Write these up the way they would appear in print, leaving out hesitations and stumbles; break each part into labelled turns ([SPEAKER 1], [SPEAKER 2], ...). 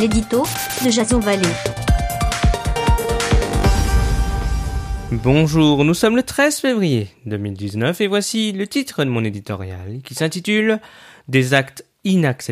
[SPEAKER 1] l'édito de Jason Vallée.
[SPEAKER 2] Bonjour, nous sommes le 13 février 2019 et voici le titre de mon éditorial qui s'intitule « Des actes inacceptables ».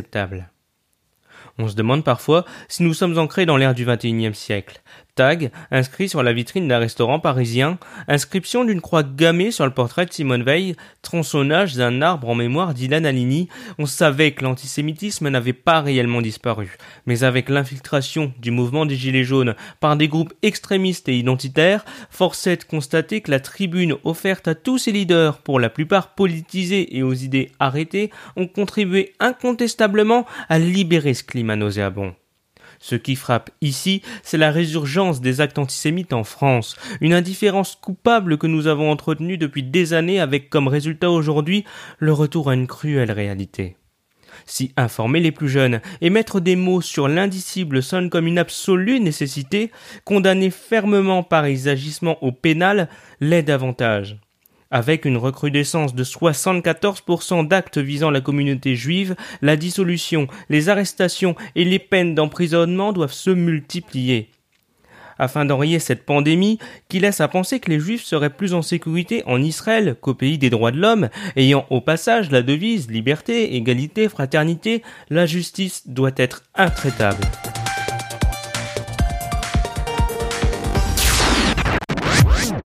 [SPEAKER 2] On se demande parfois si nous sommes ancrés dans l'ère du XXIe siècle. Tag, inscrit sur la vitrine d'un restaurant parisien, inscription d'une croix gammée sur le portrait de Simone Veil, tronçonnage d'un arbre en mémoire d'Ilan Halimi. On savait que l'antisémitisme n'avait pas réellement disparu. Mais avec l'infiltration du mouvement des Gilets jaunes par des groupes extrémistes et identitaires, force est de constater que la tribune offerte à tous ces leaders, pour la plupart politisés et aux idées arrêtées, ont contribué incontestablement à libérer ce climat nauséabond. Ce qui frappe ici, c'est la résurgence des actes antisémites en France, une indifférence coupable que nous avons entretenue depuis des années avec comme résultat aujourd'hui le retour à une cruelle réalité. Si informer les plus jeunes et mettre des mots sur l'indicible sonne comme une absolue nécessité, condamner fermement pareils agissements au pénal l'est davantage. Avec une recrudescence de 74% d'actes visant la communauté juive, la dissolution, les arrestations et les peines d'emprisonnement doivent se multiplier. Afin d'enrayer cette pandémie qui laisse à penser que les juifs seraient plus en sécurité en Israël qu'au pays des droits de l'homme, ayant au passage la devise liberté, égalité, fraternité, la justice doit être intraitable.